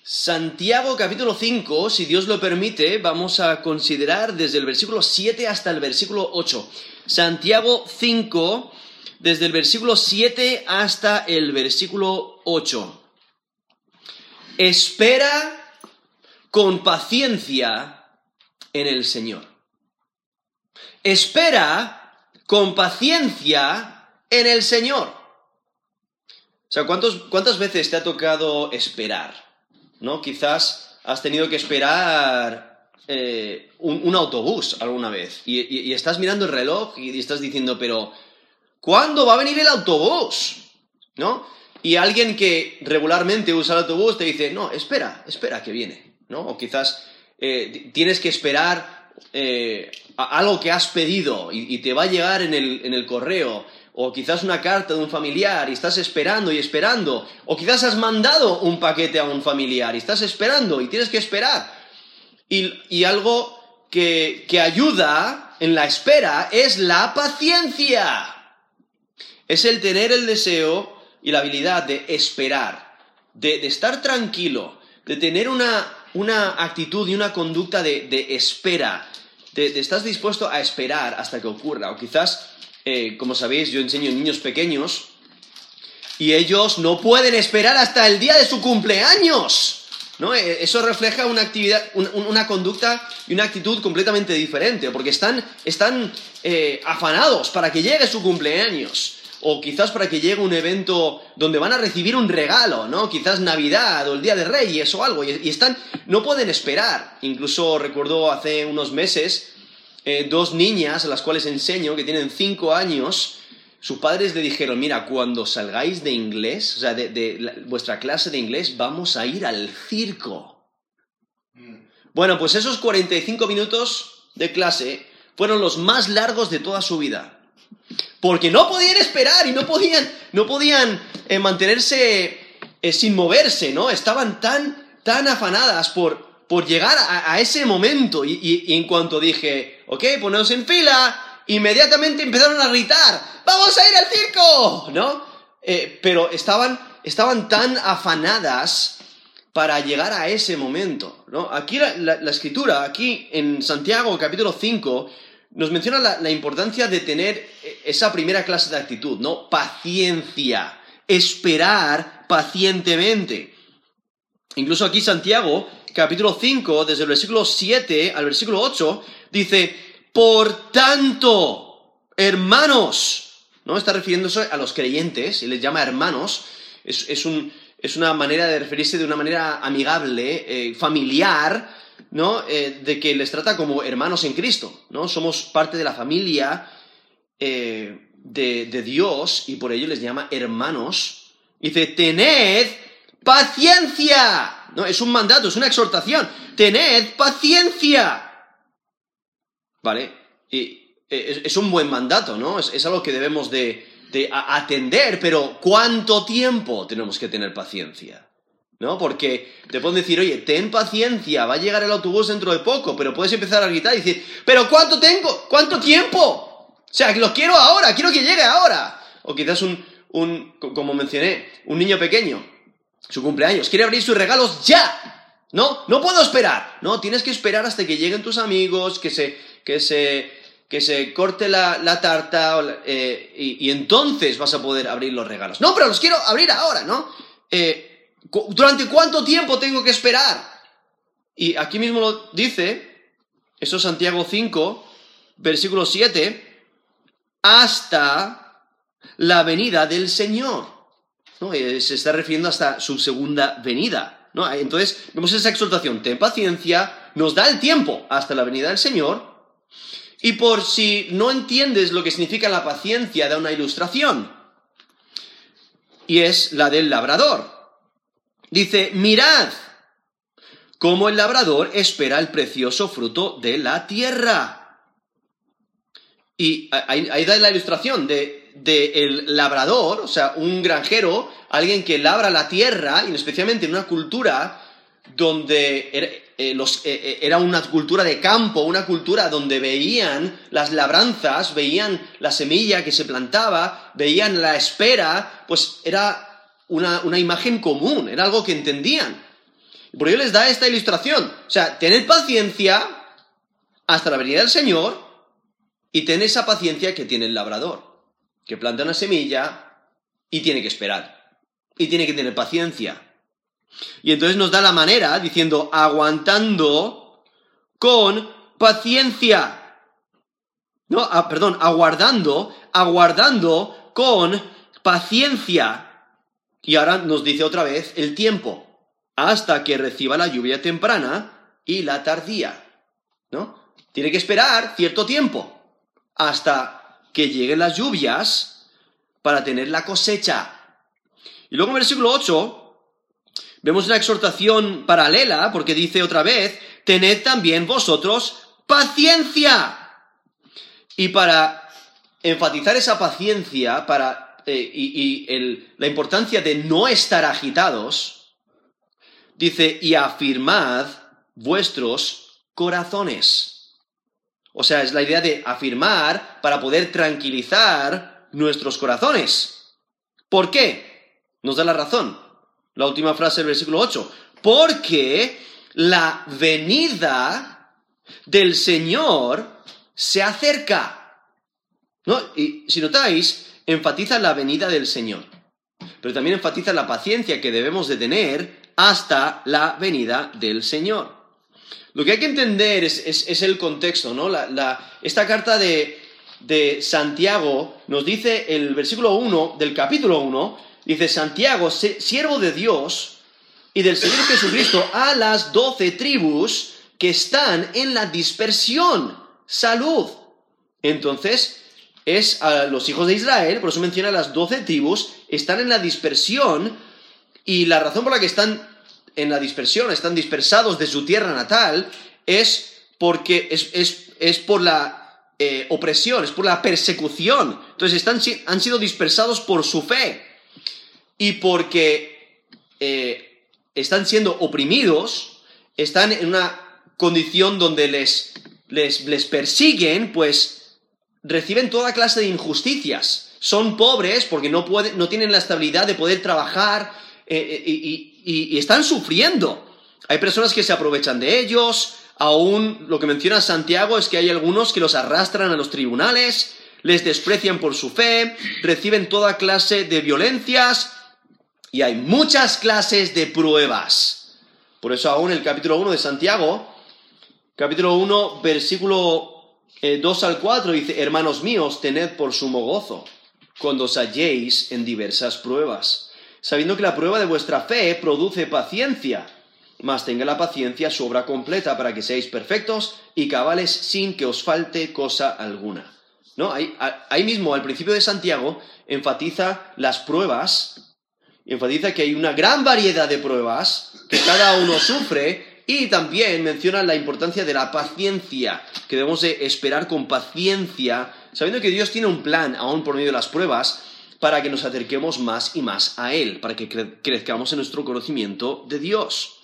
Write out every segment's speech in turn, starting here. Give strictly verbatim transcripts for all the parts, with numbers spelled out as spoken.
Santiago capítulo cinco, si Dios lo permite, vamos a considerar desde el versículo siete hasta el versículo ocho. Santiago cinco, desde el versículo siete hasta el versículo ocho. Espera con paciencia en el Señor. Espera con paciencia en el Señor. O sea, ¿cuántos, ¿cuántas veces te ha tocado esperar? ¿No? Quizás has tenido que esperar eh, un, un autobús alguna vez y, y, y estás mirando el reloj y estás diciendo, pero ¿cuándo va a venir el autobús? ¿No? Y alguien que regularmente usa el autobús te dice, no, espera, espera que viene, ¿no? O quizás eh, tienes que esperar eh, a algo que has pedido y, y te va a llegar en el, en el correo. O quizás una carta de un familiar y estás esperando y esperando. O quizás has mandado un paquete a un familiar y estás esperando y tienes que esperar. Y, y algo que, que ayuda en la espera es la paciencia. Es el tener el deseo y la habilidad de esperar, de, de estar tranquilo, de tener una, una actitud y una conducta de, de espera, de, de estás dispuesto a esperar hasta que ocurra. O quizás... Eh, como sabéis, yo enseño a niños pequeños y ellos no pueden esperar hasta el día de su cumpleaños, ¿no? Eh, eso refleja una actividad, un, una conducta y una actitud completamente diferente, porque están, están eh, afanados para que llegue su cumpleaños, o quizás para que llegue un evento donde van a recibir un regalo, ¿no? Quizás Navidad o el Día de Reyes o algo, y, y están, no pueden esperar. Incluso recuerdo hace unos meses... Eh, dos niñas a las cuales enseño, que tienen cinco años, sus padres le dijeron, mira, cuando salgáis de inglés, o sea, de, de la, vuestra clase de inglés, vamos a ir al circo. Mm. Bueno, pues esos cuarenta y cinco minutos de clase fueron los más largos de toda su vida. Porque no podían esperar y no podían, no podían eh, mantenerse eh, sin moverse, ¿no? Estaban tan, tan afanadas por... por llegar a, a ese momento, y, y, y en cuanto dije, ok, poneos en fila, inmediatamente empezaron a gritar, ¡vamos a ir al circo! ¿No? Eh, pero estaban, estaban tan afanadas para llegar a ese momento, ¿no? Aquí la, la, la escritura, aquí en Santiago capítulo cinco, nos menciona la, la importancia de tener esa primera clase de actitud, ¿no? Paciencia, esperar pacientemente. Incluso aquí Santiago, capítulo cinco, desde el versículo siete al versículo ocho, dice, por tanto, hermanos, ¿no? Está refiriéndose a los creyentes, y les llama hermanos, es, es, un, es una manera de referirse de una manera amigable, eh, familiar, ¿no? Eh, de que les trata como hermanos en Cristo, ¿no? Somos parte de la familia eh, de, de Dios, y por ello les llama hermanos. Dice, tened paciencia. No, es un mandato, es una exhortación. Tened paciencia. ¿Vale? Y es, es un buen mandato, ¿no? Es, es algo que debemos de, de atender, pero ¿cuánto tiempo tenemos que tener paciencia? ¿No? Porque te pueden decir, oye, ten paciencia, va a llegar el autobús dentro de poco, pero puedes empezar a gritar y decir, ¿pero cuánto tengo? ¿Cuánto tiempo? O sea, que lo quiero ahora, quiero que llegue ahora. O quizás un, un como mencioné, un niño pequeño, su cumpleaños, quiere abrir sus regalos ya, ¿no? No puedo esperar, ¿no? Tienes que esperar hasta que lleguen tus amigos, que se, que se, que se corte la, la tarta, eh, y, y entonces vas a poder abrir los regalos. No, pero los quiero abrir ahora, ¿no? Eh, cu- ¿Durante cuánto tiempo tengo que esperar? Y aquí mismo lo dice, eso es Santiago cinco, versículo siete, hasta la venida del Señor. ¿No? Se está refiriendo hasta su segunda venida, ¿no? Entonces, vemos esa exhortación, ten paciencia, nos da el tiempo hasta la venida del Señor, y por si no entiendes lo que significa la paciencia, da una ilustración, y es la del labrador. Dice, mirad cómo el labrador espera el precioso fruto de la tierra. Y ahí, ahí da la ilustración de... de el labrador, o sea, un granjero, alguien que labra la tierra, y especialmente en una cultura donde era, eh, los, eh, era una cultura de campo, una cultura donde veían las labranzas, veían la semilla que se plantaba, veían la espera, pues era una, una imagen común, era algo que entendían. Por ello les da esta ilustración. O sea, tened paciencia hasta la venida del Señor y ten esa paciencia que tiene el labrador, que planta una semilla y tiene que esperar. Y tiene que tener paciencia. Y entonces nos da la manera diciendo, aguantando con paciencia. No, ah, perdón, aguardando, aguardando con paciencia. Y ahora nos dice otra vez el tiempo, hasta que reciba la lluvia temprana y la tardía, ¿no? Tiene que esperar cierto tiempo, hasta que lleguen las lluvias para tener la cosecha. Y luego en versículo ocho, vemos una exhortación paralela, porque dice otra vez, tened también vosotros paciencia. Y para enfatizar esa paciencia para, eh, y, y el, la importancia de no estar agitados, dice, y afirmad vuestros corazones. O sea, es la idea de afirmar para poder tranquilizar nuestros corazones. ¿Por qué? Nos da la razón. La última frase del versículo ocho. Porque la venida del Señor se acerca, ¿no? Y si notáis, enfatiza la venida del Señor, pero también enfatiza la paciencia que debemos de tener hasta la venida del Señor. Lo que hay que entender es, es, es el contexto, ¿no? La, la, esta carta de, de Santiago nos dice, el versículo uno del capítulo uno, dice, Santiago, siervo de Dios y del Señor Jesucristo, a las doce tribus que están en la dispersión. Salud. Entonces, es a los hijos de Israel, por eso menciona las doce tribus, están en la dispersión, y la razón por la que están en la dispersión, están dispersados de su tierra natal, es porque es, es, es por la eh, opresión, es por la persecución. Entonces, están, han sido dispersados por su fe, y porque eh, están siendo oprimidos, están en una condición donde les... Les, les persiguen, pues reciben toda clase de injusticias. Son pobres porque no, pueden, no tienen la estabilidad de poder trabajar eh, y, y, y están sufriendo. Hay personas que se aprovechan de ellos. Aún lo que menciona Santiago es que hay algunos que los arrastran a los tribunales, les desprecian por su fe, reciben toda clase de violencias y hay muchas clases de pruebas. Por eso aún el capítulo uno de Santiago, capítulo uno, versículo eh, dos al cuatro, dice, hermanos míos, tened por sumo gozo cuando os halléis en diversas pruebas, sabiendo que la prueba de vuestra fe produce paciencia, mas tenga la paciencia su obra completa para que seáis perfectos y cabales sin que os falte cosa alguna. ¿No? Ahí, ahí mismo, al principio de Santiago, enfatiza las pruebas, enfatiza que hay una gran variedad de pruebas que cada uno sufre. Y también menciona la importancia de la paciencia, que debemos de esperar con paciencia, sabiendo que Dios tiene un plan, aún por medio de las pruebas, para que nos acerquemos más y más a Él, para que cre- crezcamos en nuestro conocimiento de Dios.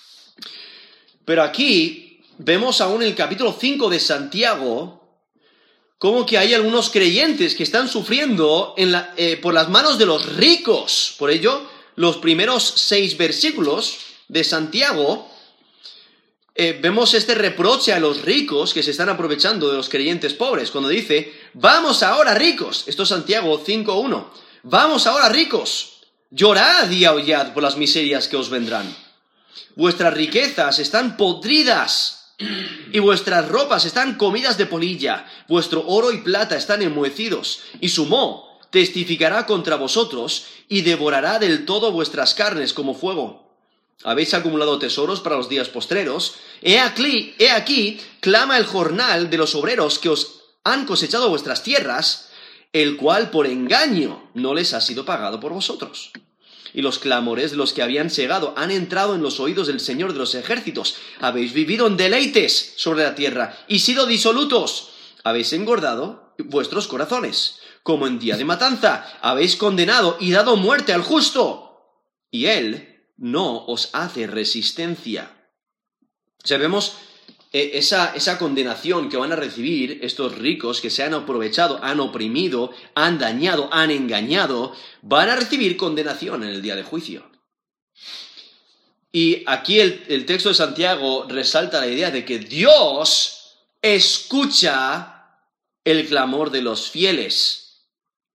Pero aquí vemos aún en el capítulo cinco de Santiago, como que hay algunos creyentes que están sufriendo en la, eh, por las manos de los ricos. Por ello, los primeros seis versículos de Santiago, Eh, vemos este reproche a los ricos que se están aprovechando de los creyentes pobres, cuando dice, vamos ahora ricos, esto es Santiago cinco uno, vamos ahora ricos, llorad y aullad por las miserias que os vendrán. Vuestras riquezas están podridas y vuestras ropas están comidas de polilla, vuestro oro y plata están enmohecidos, y su moho testificará contra vosotros y devorará del todo vuestras carnes como fuego. Habéis acumulado tesoros para los días postreros. He aquí, he aquí, clama el jornal de los obreros que os han cosechado vuestras tierras, el cual por engaño no les ha sido pagado por vosotros. Y los clamores de los que habían segado han entrado en los oídos del Señor de los ejércitos. Habéis vivido en deleites sobre la tierra y sido disolutos. Habéis engordado vuestros corazones, como en día de matanza. Habéis condenado y dado muerte al justo, y él no os hace resistencia. O sea, vemos eh, esa, esa condenación que van a recibir estos ricos que se han aprovechado, han oprimido, han dañado, han engañado, van a recibir condenación en el día de juicio. Y aquí el, el texto de Santiago resalta la idea de que Dios escucha el clamor de los fieles.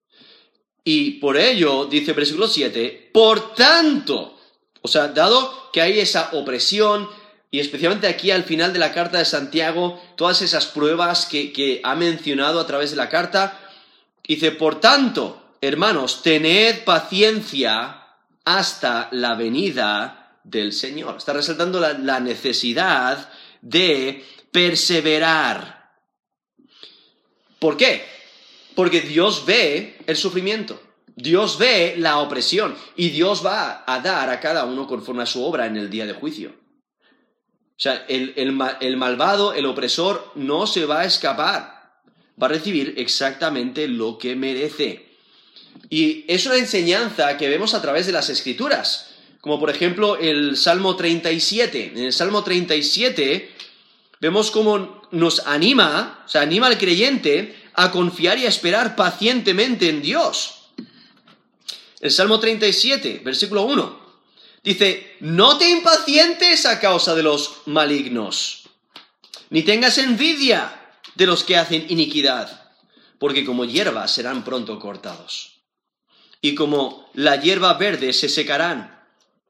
Y por ello, dice el versículo siete, por tanto, o sea, dado que hay esa opresión, y especialmente aquí al final de la carta de Santiago, todas esas pruebas que, que ha mencionado a través de la carta, dice, por tanto, hermanos, tened paciencia hasta la venida del Señor. Está resaltando la, la necesidad de perseverar. ¿Por qué? Porque Dios ve el sufrimiento, Dios ve la opresión y Dios va a dar a cada uno conforme a su obra en el día de juicio. O sea, el, el, el malvado, el opresor, no se va a escapar, va a recibir exactamente lo que merece. Y es una enseñanza que vemos a través de las Escrituras, como por ejemplo el Salmo treinta y siete. En el Salmo treinta y siete vemos cómo nos anima, o sea, anima al creyente a confiar y a esperar pacientemente en Dios. El Salmo treinta y siete, versículo uno, dice, no te impacientes a causa de los malignos, ni tengas envidia de los que hacen iniquidad, porque como hierba serán pronto cortados, y como la hierba verde se secarán.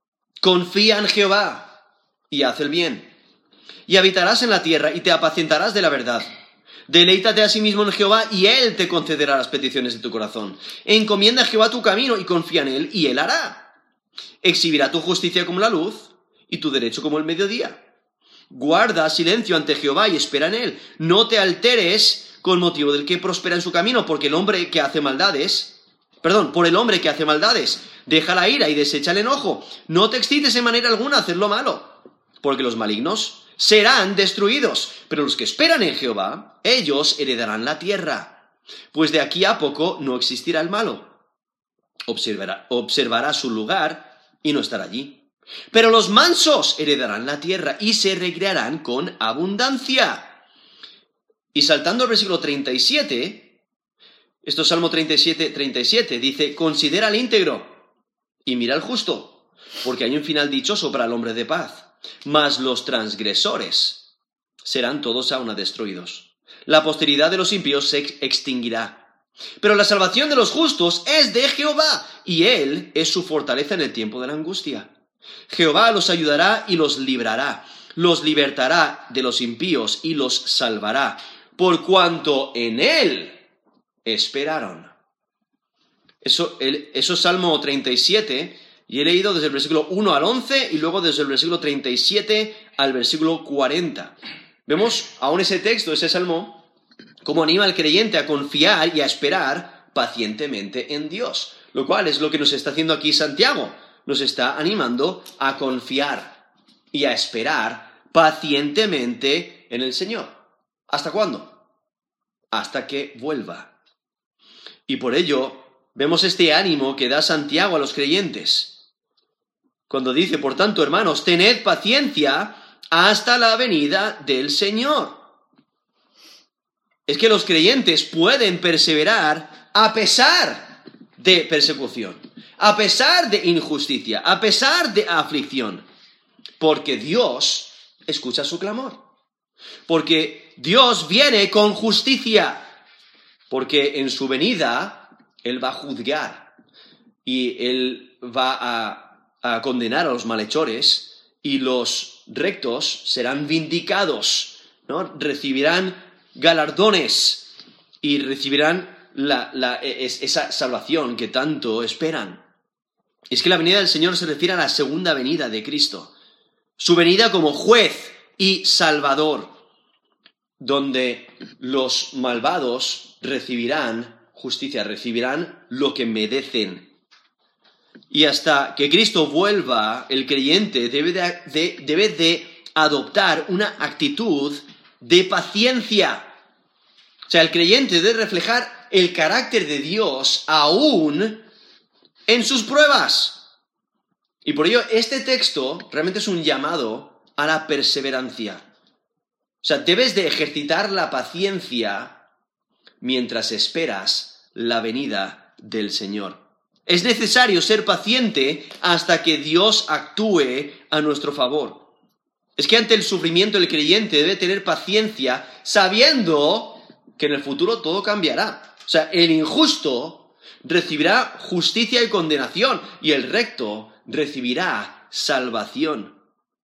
Confía en Jehová y haz el bien, y habitarás en la tierra y te apacientarás de la verdad. Deleítate a sí mismo en Jehová y Él te concederá las peticiones de tu corazón. Encomienda a Jehová tu camino y confía en Él y Él hará. Exhibirá tu justicia como la luz y tu derecho como el mediodía. Guarda silencio ante Jehová y espera en Él. No te alteres con motivo del que prospera en su camino, porque el hombre que hace maldades, perdón, por el hombre que hace maldades, deja la ira y desecha el enojo. No te excites en manera alguna a hacer lo malo, porque los malignos serán destruidos, pero los que esperan en Jehová, ellos heredarán la tierra. Pues de aquí a poco no existirá el malo. Observará, observará su lugar y no estará allí. Pero los mansos heredarán la tierra y se recrearán con abundancia. Y saltando al versículo treinta y siete, esto es Salmo treinta y siete, treinta y siete, dice, considera al íntegro y mira al justo, porque hay un final dichoso para el hombre de paz. Mas los transgresores serán todos a una destruidos. La posteridad de los impíos se extinguirá. Pero la salvación de los justos es de Jehová, y Él es su fortaleza en el tiempo de la angustia. Jehová los ayudará y los librará, los libertará de los impíos y los salvará, por cuanto en Él esperaron. Eso, el, eso es Salmo treinta y siete, y he leído desde el versículo uno al once y luego desde el versículo treinta y siete al versículo cuarenta. Vemos aún ese texto, ese salmo, cómo anima al creyente a confiar y a esperar pacientemente en Dios, lo cual es lo que nos está haciendo aquí Santiago. Nos está animando a confiar y a esperar pacientemente en el Señor. ¿Hasta cuándo? Hasta que vuelva. Y por ello vemos este ánimo que da Santiago a los creyentes, cuando dice, por tanto, hermanos, tened paciencia hasta la venida del Señor. Es que los creyentes pueden perseverar a pesar de persecución, a pesar de injusticia, a pesar de aflicción, porque Dios escucha su clamor, porque Dios viene con justicia, porque en su venida Él va a juzgar y Él va a a condenar a los malhechores y los rectos serán vindicados, ¿no? Recibirán galardones y recibirán la, la, esa salvación que tanto esperan. Es que la venida del Señor se refiere a la segunda venida de Cristo, su venida como juez y salvador, donde los malvados recibirán justicia, recibirán lo que merecen. Y hasta que Cristo vuelva, el creyente debe de, de, debe de adoptar una actitud de paciencia. O sea, el creyente debe reflejar el carácter de Dios aún en sus pruebas. Y por ello, este texto realmente es un llamado a la perseverancia. O sea, debes de ejercitar la paciencia mientras esperas la venida del Señor. Es necesario ser paciente hasta que Dios actúe a nuestro favor. Es que ante el sufrimiento el creyente debe tener paciencia sabiendo que en el futuro todo cambiará. O sea, el injusto recibirá justicia y condenación y el recto recibirá salvación.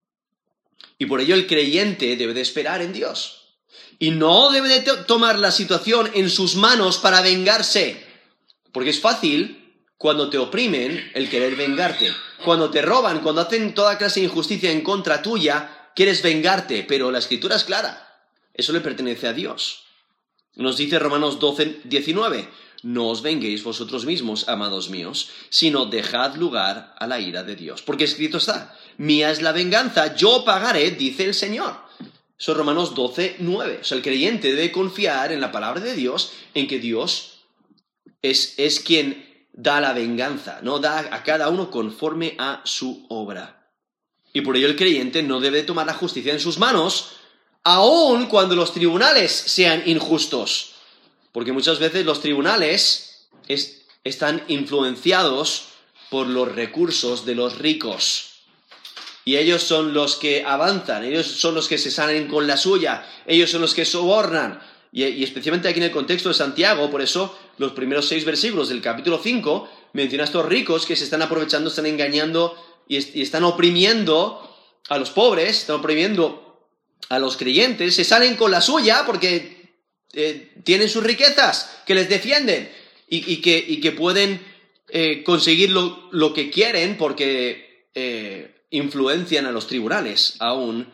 Y por ello el creyente debe de esperar en Dios. Y no debe de tomar la situación en sus manos para vengarse. Porque es fácil, cuando te oprimen, el querer vengarte. Cuando te roban, cuando hacen toda clase de injusticia en contra tuya, quieres vengarte. Pero la Escritura es clara. Eso le pertenece a Dios. Nos dice Romanos doce, diecinueve. No os venguéis vosotros mismos, amados míos, sino dejad lugar a la ira de Dios. Porque escrito está, mía es la venganza, yo pagaré, dice el Señor. Eso es Romanos doce, nueve. O sea, el creyente debe confiar en la palabra de Dios, en que Dios es, es quien da la venganza, ¿no? Da a cada uno conforme a su obra. Y por ello el creyente no debe tomar la justicia en sus manos, aun cuando los tribunales sean injustos. Porque muchas veces los tribunales es, están influenciados por los recursos de los ricos. Y ellos son los que avanzan, ellos son los que se salen con la suya, ellos son los que sobornan. Y, y especialmente aquí en el contexto de Santiago, por eso los primeros seis versículos del capítulo cinco menciona a estos ricos que se están aprovechando, están engañando y, y están oprimiendo a los pobres, están oprimiendo a los creyentes, se salen con la suya porque Eh, tienen sus riquezas que les defienden y, y, que, y que pueden eh, conseguir lo, lo que quieren porque eh, influencian a los tribunales aún.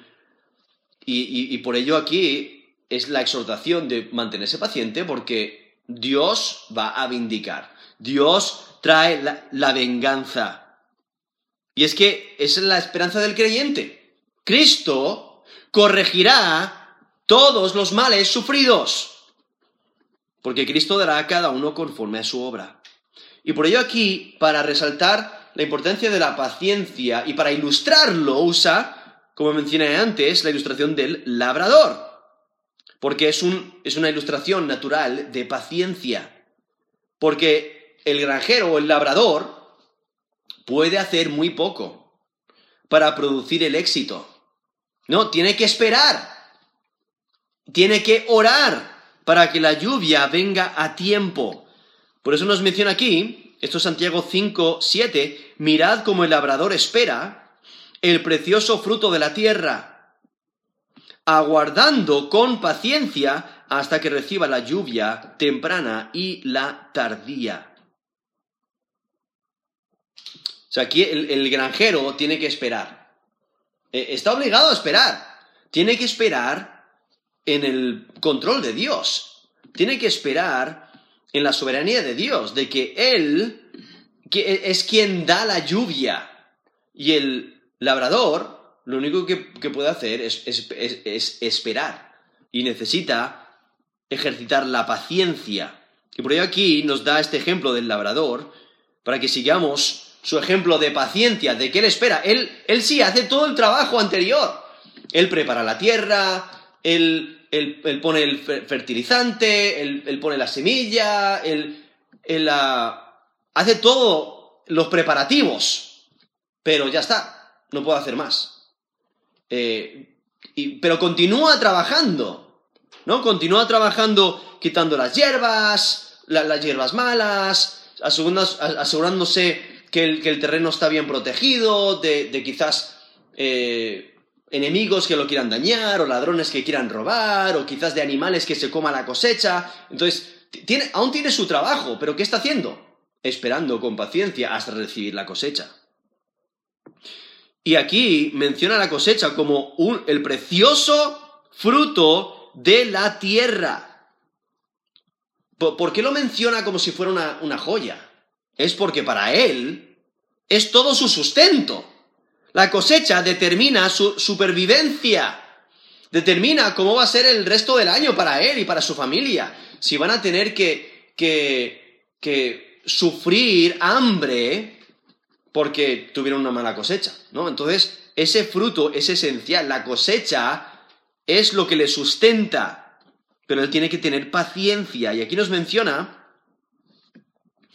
Y, y, y por ello aquí es la exhortación de mantenerse paciente porque Dios va a vindicar. Dios trae la, la venganza. Y es que esa es la esperanza del creyente. Cristo corregirá todos los males sufridos, porque Cristo dará a cada uno conforme a su obra. Y por ello aquí, para resaltar la importancia de la paciencia y para ilustrarlo, usa, como mencioné antes, la ilustración del labrador, porque es, un, es una ilustración natural de paciencia. Porque el granjero o el labrador puede hacer muy poco para producir el éxito. No, tiene que esperar. Tiene que orar para que la lluvia venga a tiempo. Por eso nos menciona aquí, esto es Santiago cinco, siete, mirad cómo el labrador espera el precioso fruto de la tierra, aguardando con paciencia hasta que reciba la lluvia temprana y la tardía. O sea, aquí el, el granjero tiene que esperar. Eh, está obligado a esperar. Tiene que esperar en el control de Dios. Tiene que esperar en la soberanía de Dios, de que Él que es quien da la lluvia. Y el labrador lo único que, que puede hacer es, es, es, es esperar. Y necesita ejercitar la paciencia. Y por ello aquí nos da este ejemplo del labrador, para que sigamos su ejemplo de paciencia, de que él espera. Él, él sí hace todo el trabajo anterior. Él prepara la tierra, Él, él, él pone el fertilizante, él, él pone la semilla, él, él uh, hace todos los preparativos, pero ya está, no puedo hacer más. Eh, y, pero continúa trabajando, ¿no? Continúa trabajando quitando las hierbas, la, las hierbas malas, asegurándose que el, que el terreno está bien protegido, de, de quizás... Eh, enemigos que lo quieran dañar, o ladrones que quieran robar, o quizás de animales que se coma la cosecha. Entonces, tiene, aún tiene su trabajo, pero ¿qué está haciendo? Esperando con paciencia hasta recibir la cosecha. Y aquí menciona la cosecha como un, el precioso fruto de la tierra. ¿Por, ¿por qué lo menciona como si fuera una, una joya? Es porque para él es todo su sustento. La cosecha determina su supervivencia, determina cómo va a ser el resto del año para él y para su familia. Si van a tener que, que, que sufrir hambre porque tuvieron una mala cosecha, ¿no? Entonces, ese fruto es esencial. La cosecha es lo que le sustenta, pero él tiene que tener paciencia. Y aquí nos menciona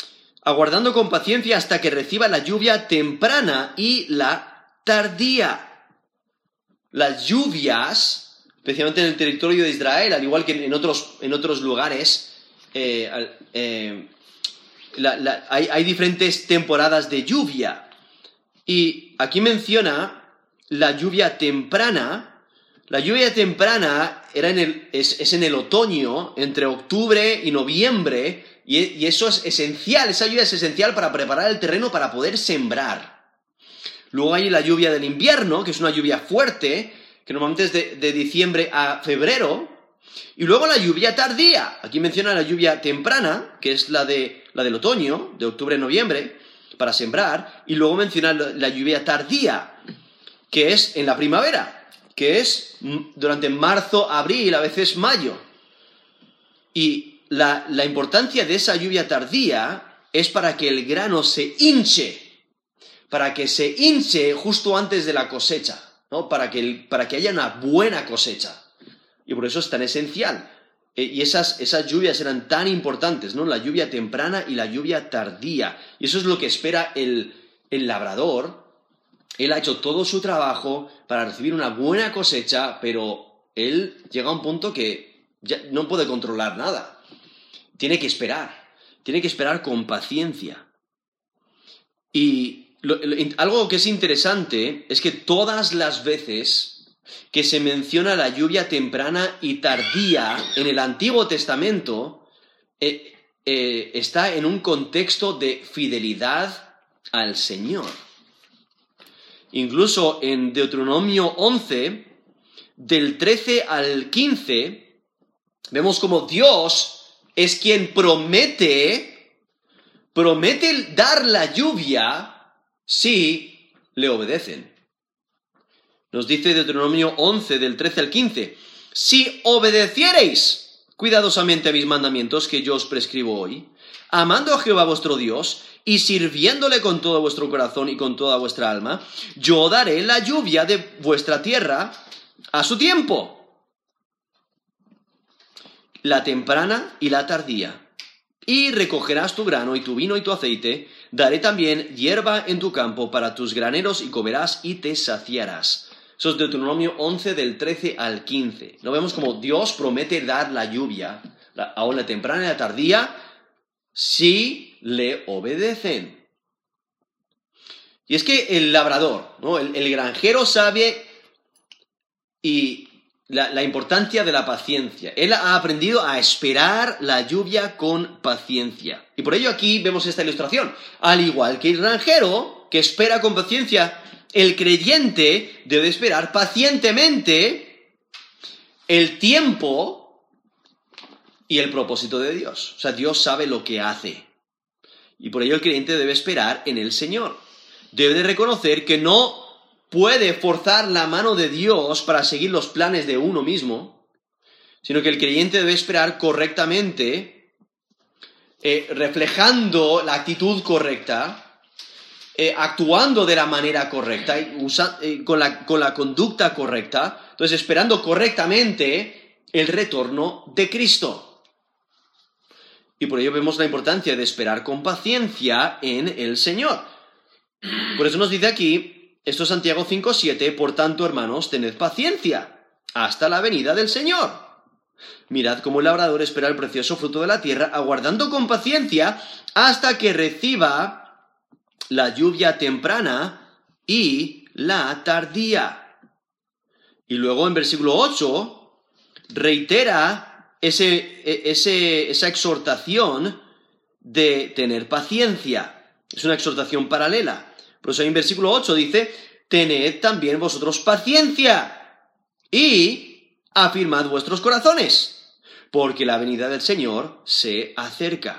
aguardando con paciencia hasta que reciba la lluvia temprana y la tardía. Las lluvias, especialmente en el territorio de Israel, al igual que en otros, en otros lugares, eh, eh, la, la, hay, hay diferentes temporadas de lluvia. Y aquí menciona la lluvia temprana. La lluvia temprana era en el, es, es en el otoño, entre octubre y noviembre, y, y eso es esencial, esa lluvia es esencial para preparar el terreno para poder sembrar. Luego hay la lluvia del invierno, que es una lluvia fuerte, que normalmente es de, de diciembre a febrero, y luego la lluvia tardía. Aquí menciona la lluvia temprana, que es la, de, la del otoño, de octubre a noviembre, para sembrar, y luego menciona la, la lluvia tardía, que es en la primavera, que es durante marzo, abril, a veces mayo. Y la, la importancia de esa lluvia tardía es para que el grano se hinche, para que se hinche justo antes de la cosecha, ¿no? Para que, el, para que haya una buena cosecha. Y por eso es tan esencial. E, y esas, esas lluvias eran tan importantes, ¿no? La lluvia temprana y la lluvia tardía. Y eso es lo que espera el, el labrador. Él ha hecho todo su trabajo para recibir una buena cosecha, pero él llega a un punto que ya no puede controlar nada. Tiene que esperar. Tiene que esperar con paciencia. Y lo, lo, algo que es interesante es que todas las veces que se menciona la lluvia temprana y tardía en el Antiguo Testamento, eh, eh, está en un contexto de fidelidad al Señor. Incluso en Deuteronomio once, del trece al quince, vemos como Dios es quien promete, promete dar la lluvia si le obedecen. Nos dice Deuteronomio once, del trece al quince, si obedeciereis cuidadosamente a mis mandamientos que yo os prescribo hoy, amando a Jehová vuestro Dios y sirviéndole con todo vuestro corazón y con toda vuestra alma, yo daré la lluvia de vuestra tierra a su tiempo, la temprana y la tardía. Y recogerás tu grano y tu vino y tu aceite, daré también hierba en tu campo para tus graneros y comerás y te saciarás. Eso es Deuteronomio once, del trece al quince. ¿No vemos como Dios promete dar la lluvia, la, aún la temprana y la tardía, si le obedecen? Y es que el labrador, ¿no? el, el granjero sabe y la, la importancia de la paciencia. Él ha aprendido a esperar la lluvia con paciencia. Y por ello aquí vemos esta ilustración. Al igual que el granjero, que espera con paciencia, el creyente debe esperar pacientemente el tiempo y el propósito de Dios. O sea, Dios sabe lo que hace. Y por ello el creyente debe esperar en el Señor. Debe de reconocer que no puede forzar la mano de Dios para seguir los planes de uno mismo, sino que el creyente debe esperar correctamente, eh, reflejando la actitud correcta, eh, actuando de la manera correcta, usa, eh, con, la, con la conducta correcta, entonces esperando correctamente el retorno de Cristo. Y por ello vemos la importancia de esperar con paciencia en el Señor. Por eso nos dice aquí, esto es Santiago cinco siete, por tanto, hermanos, tened paciencia hasta la venida del Señor. Mirad cómo el labrador espera el precioso fruto de la tierra, aguardando con paciencia hasta que reciba la lluvia temprana y la tardía. Y luego en versículo ocho reitera ese, ese, esa exhortación de tener paciencia. Es una exhortación paralela. Por eso en versículo ocho dice, tened también vosotros paciencia y afirmad vuestros corazones, porque la venida del Señor se acerca.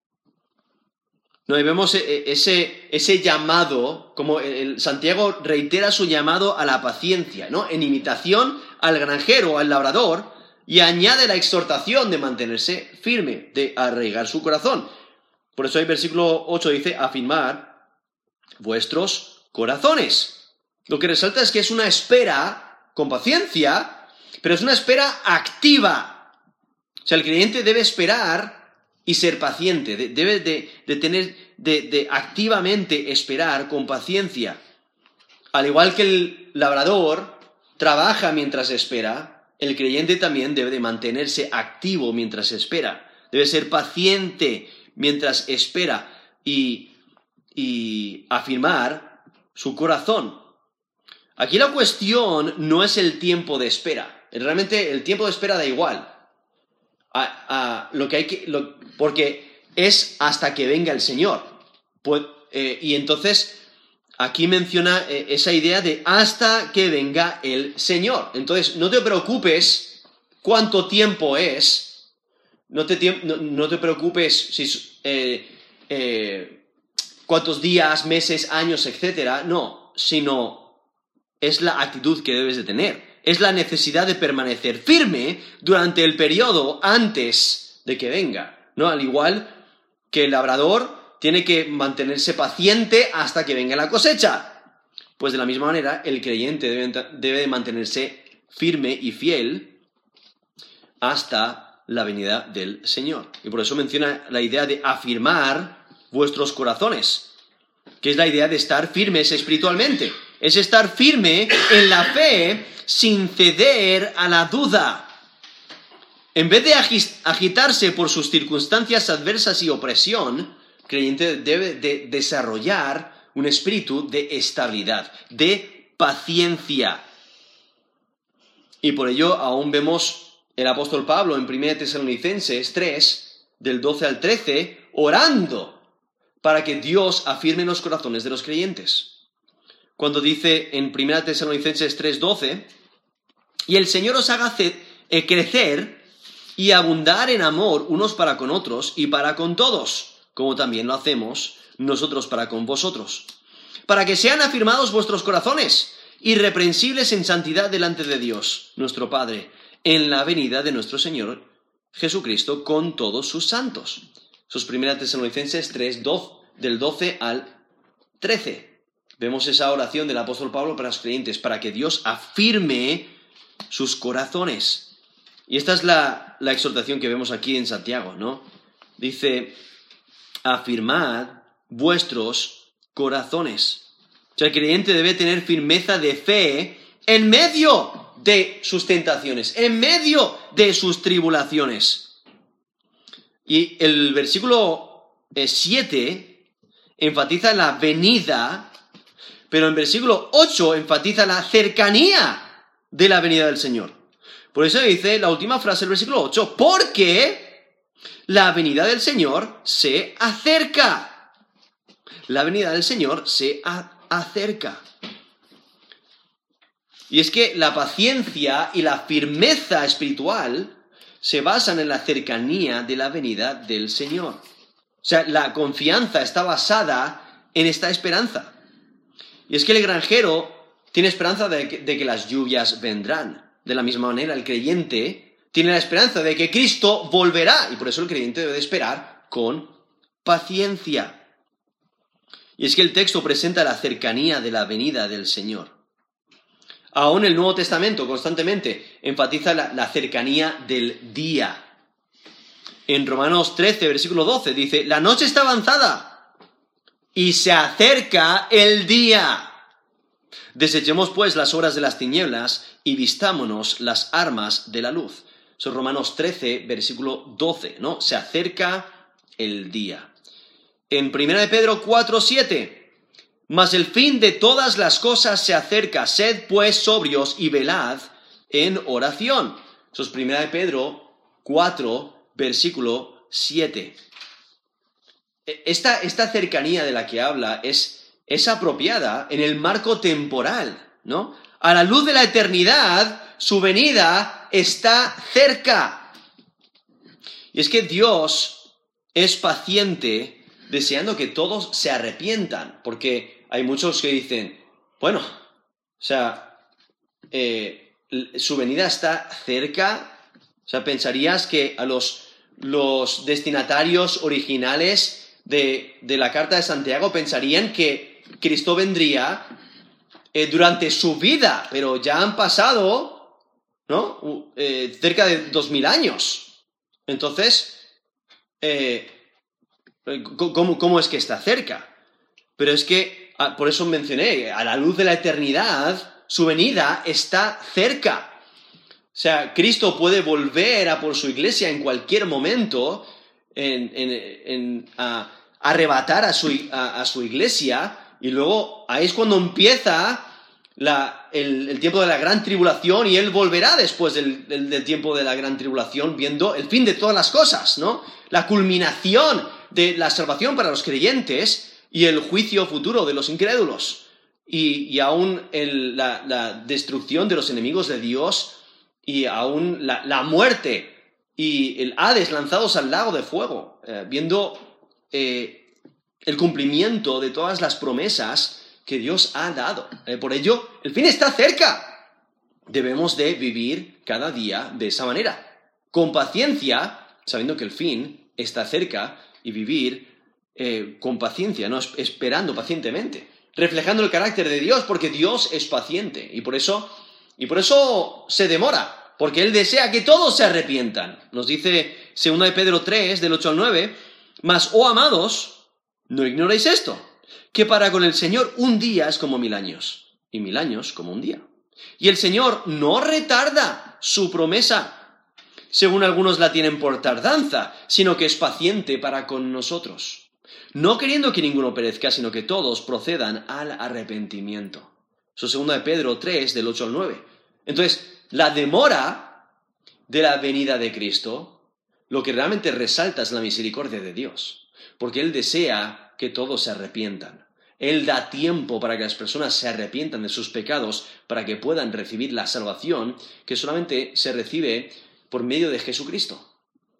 ¿No? Y vemos ese, ese llamado, como el Santiago reitera su llamado a la paciencia, ¿no? En imitación al granjero, al labrador, y añade la exhortación de mantenerse firme, de arraigar su corazón. Por eso el versículo ocho dice, afirmar vuestros corazones. Lo que resalta es que es una espera con paciencia, pero es una espera activa. O sea, el creyente debe esperar y ser paciente, debe de, de tener, de, de activamente esperar con paciencia. Al igual que el labrador trabaja mientras espera, el creyente también debe de mantenerse activo mientras espera. Debe ser paciente mientras espera y, y afirmar su corazón. Aquí la cuestión no es el tiempo de espera. Realmente el tiempo de espera da igual. A, a, lo que hay que, lo, porque es hasta que venga el Señor. Pues, eh, y entonces aquí menciona eh, esa idea de hasta que venga el Señor. Entonces no te preocupes cuánto tiempo es. No te, no, no te preocupes si, eh, eh, cuántos días, meses, años, etcétera. No, sino es la actitud que debes de tener. Es la necesidad de permanecer firme durante el periodo antes de que venga, ¿no? Al igual que el labrador tiene que mantenerse paciente hasta que venga la cosecha. Pues de la misma manera, el creyente debe, debe de mantenerse firme y fiel hasta la venida del Señor. Y por eso menciona la idea de afirmar vuestros corazones, que es la idea de estar firmes espiritualmente. Es estar firme en la fe sin ceder a la duda. En vez de agitarse por sus circunstancias adversas y opresión, el creyente debe de desarrollar un espíritu de estabilidad, de paciencia. Y por ello aún vemos el apóstol Pablo en primera Tesalonicenses tres, del doce al trece, orando para que Dios afirme los corazones de los creyentes. Cuando dice en primera Tesalonicenses tres doce, y el Señor os haga crecer y abundar en amor unos para con otros y para con todos, como también lo hacemos nosotros para con vosotros, para que sean afirmados vuestros corazones, irreprensibles en santidad delante de Dios, nuestro Padre, en la venida de nuestro Señor Jesucristo con todos sus santos. Eso es primera Tesalonicenses tres, del doce al trece. Vemos esa oración del apóstol Pablo para los creyentes, para que Dios afirme sus corazones. Y esta es la, la exhortación que vemos aquí en Santiago, ¿no? Dice, afirmad vuestros corazones. O sea, el creyente debe tener firmeza de fe en medio de sus tentaciones, en medio de sus tribulaciones. Y el versículo siete enfatiza la venida, pero en versículo ocho enfatiza la cercanía de la venida del Señor. Por eso dice la última frase del versículo ocho, porque la venida del Señor se acerca. La venida del Señor se a- acerca. Y es que la paciencia y la firmeza espiritual se basan en la cercanía de la venida del Señor. O sea, la confianza está basada en esta esperanza. Y es que el granjero tiene esperanza de que, de que las lluvias vendrán. De la misma manera, el creyente tiene la esperanza de que Cristo volverá. Y por eso el creyente debe de esperar con paciencia. Y es que el texto presenta la cercanía de la venida del Señor. Aún el Nuevo Testamento constantemente enfatiza la, la cercanía del día. En Romanos trece, versículo doce, dice, la noche está avanzada y se acerca el día. Desechemos pues las obras de las tinieblas y vistámonos las armas de la luz. Eso es Romanos trece, versículo doce, ¿no? Se acerca el día. En primera de Pedro cuatro, siete, mas el fin de todas las cosas se acerca, sed pues sobrios y velad en oración. Eso es primera de Pedro cuatro, versículo siete. Esta, esta cercanía de la que habla es, es apropiada en el marco temporal, ¿no? A la luz de la eternidad, su venida está cerca. Y es que Dios es paciente, deseando que todos se arrepientan, porque hay muchos que dicen, bueno, o sea, eh, su venida está cerca. O sea, pensarías que a los, los destinatarios originales de, de la carta de Santiago pensarían que Cristo vendría eh, durante su vida, pero ya han pasado, ¿no? Eh, cerca de dos mil años. Entonces, eh, ¿Cómo, cómo es que está cerca? Pero es que, por eso mencioné, a la luz de la eternidad, su venida está cerca. O sea, Cristo puede volver a por su iglesia en cualquier momento, en, en, en, a arrebatar a su, a, a su iglesia, y luego ahí es cuando empieza la, el, el tiempo de la gran tribulación, y Él volverá después del, del, del tiempo de la gran tribulación, viendo el fin de todas las cosas, ¿no? La culminación de la salvación para los creyentes y el juicio futuro de los incrédulos, y, y aún el, la, la destrucción de los enemigos de Dios, y aún la, la muerte y el Hades lanzados al lago de fuego, eh, viendo eh, el cumplimiento de todas las promesas que Dios ha dado. Eh, por ello, el fin está cerca. Debemos de vivir cada día de esa manera, con paciencia, sabiendo que el fin está cerca, y vivir eh, con paciencia, ¿no? Esperando pacientemente, reflejando el carácter de Dios, porque Dios es paciente, y por eso, y por eso se demora, porque Él desea que todos se arrepientan. Nos dice segunda de Pedro tres, del ocho al nueve, mas, oh amados, no ignoréis esto, que para con el Señor un día es como mil años, y mil años como un día. Y el Señor no retarda su promesa, según algunos la tienen por tardanza, sino que es paciente para con nosotros, no queriendo que ninguno perezca, sino que todos procedan al arrepentimiento. Eso es segunda de Pedro tres, del ocho al nueve. Entonces, la demora de la venida de Cristo, lo que realmente resalta es la misericordia de Dios, porque Él desea que todos se arrepientan. Él da tiempo para que las personas se arrepientan de sus pecados, para que puedan recibir la salvación que solamente se recibe por medio de Jesucristo.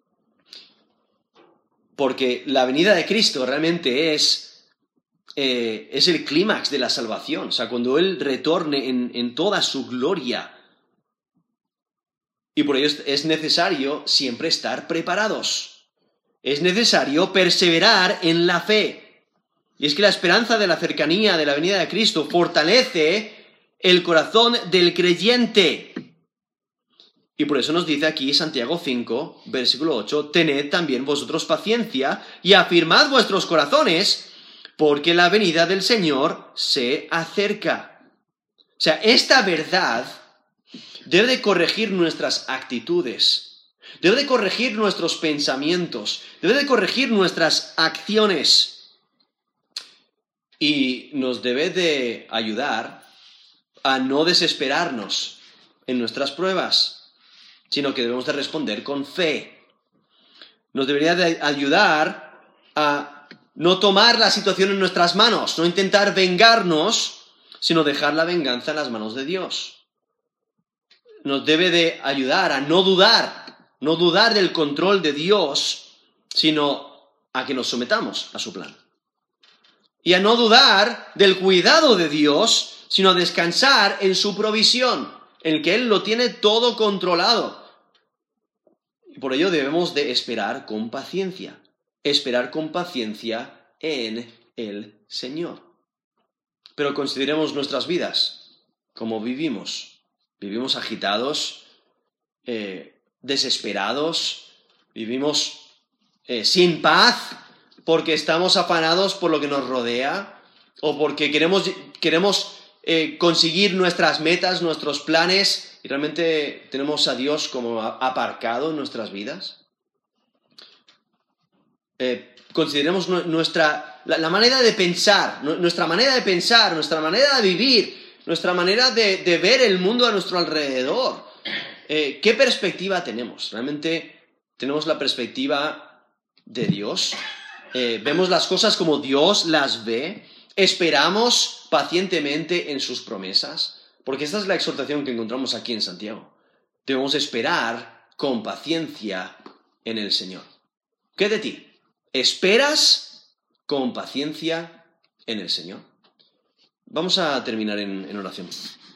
Porque la venida de Cristo realmente es, eh, es el clímax de la salvación. O sea, cuando Él retorne en, en toda su gloria. Y por ello es necesario siempre estar preparados. Es necesario perseverar en la fe. Y es que la esperanza de la cercanía de la venida de Cristo fortalece el corazón del creyente. Y por eso nos dice aquí Santiago cinco, versículo ocho, tened también vosotros paciencia y afirmad vuestros corazones, porque la venida del Señor se acerca. O sea, esta verdad debe de corregir nuestras actitudes, debe de corregir nuestros pensamientos, debe de corregir nuestras acciones, y nos debe de ayudar a no desesperarnos en nuestras pruebas, sino que debemos de responder con fe. Nos debería de ayudar a no tomar la situación en nuestras manos, no intentar vengarnos, sino dejar la venganza en las manos de Dios. Nos debe de ayudar a no dudar, no dudar del control de Dios, sino a que nos sometamos a su plan. Y a no dudar del cuidado de Dios, sino a descansar en su provisión, en que Él lo tiene todo controlado. Y por ello debemos de esperar con paciencia, esperar con paciencia en el Señor. Pero consideremos nuestras vidas, cómo vivimos. Vivimos agitados, eh, desesperados, vivimos eh, sin paz, porque estamos afanados por lo que nos rodea, o porque queremos, queremos eh, conseguir nuestras metas, nuestros planes, y realmente tenemos a Dios como aparcado en nuestras vidas. Eh, consideremos nuestra, la, la manera de pensar, nuestra manera de pensar, nuestra manera de vivir, nuestra manera de, de ver el mundo a nuestro alrededor. Eh, ¿Qué perspectiva tenemos? ¿Realmente tenemos la perspectiva de Dios? Eh, ¿Vemos las cosas como Dios las ve? ¿Esperamos pacientemente en sus promesas? Porque esta es la exhortación que encontramos aquí en Santiago. Debemos esperar con paciencia en el Señor. ¿Qué de ti? ¿Esperas con paciencia en el Señor? Vamos a terminar en, en oración.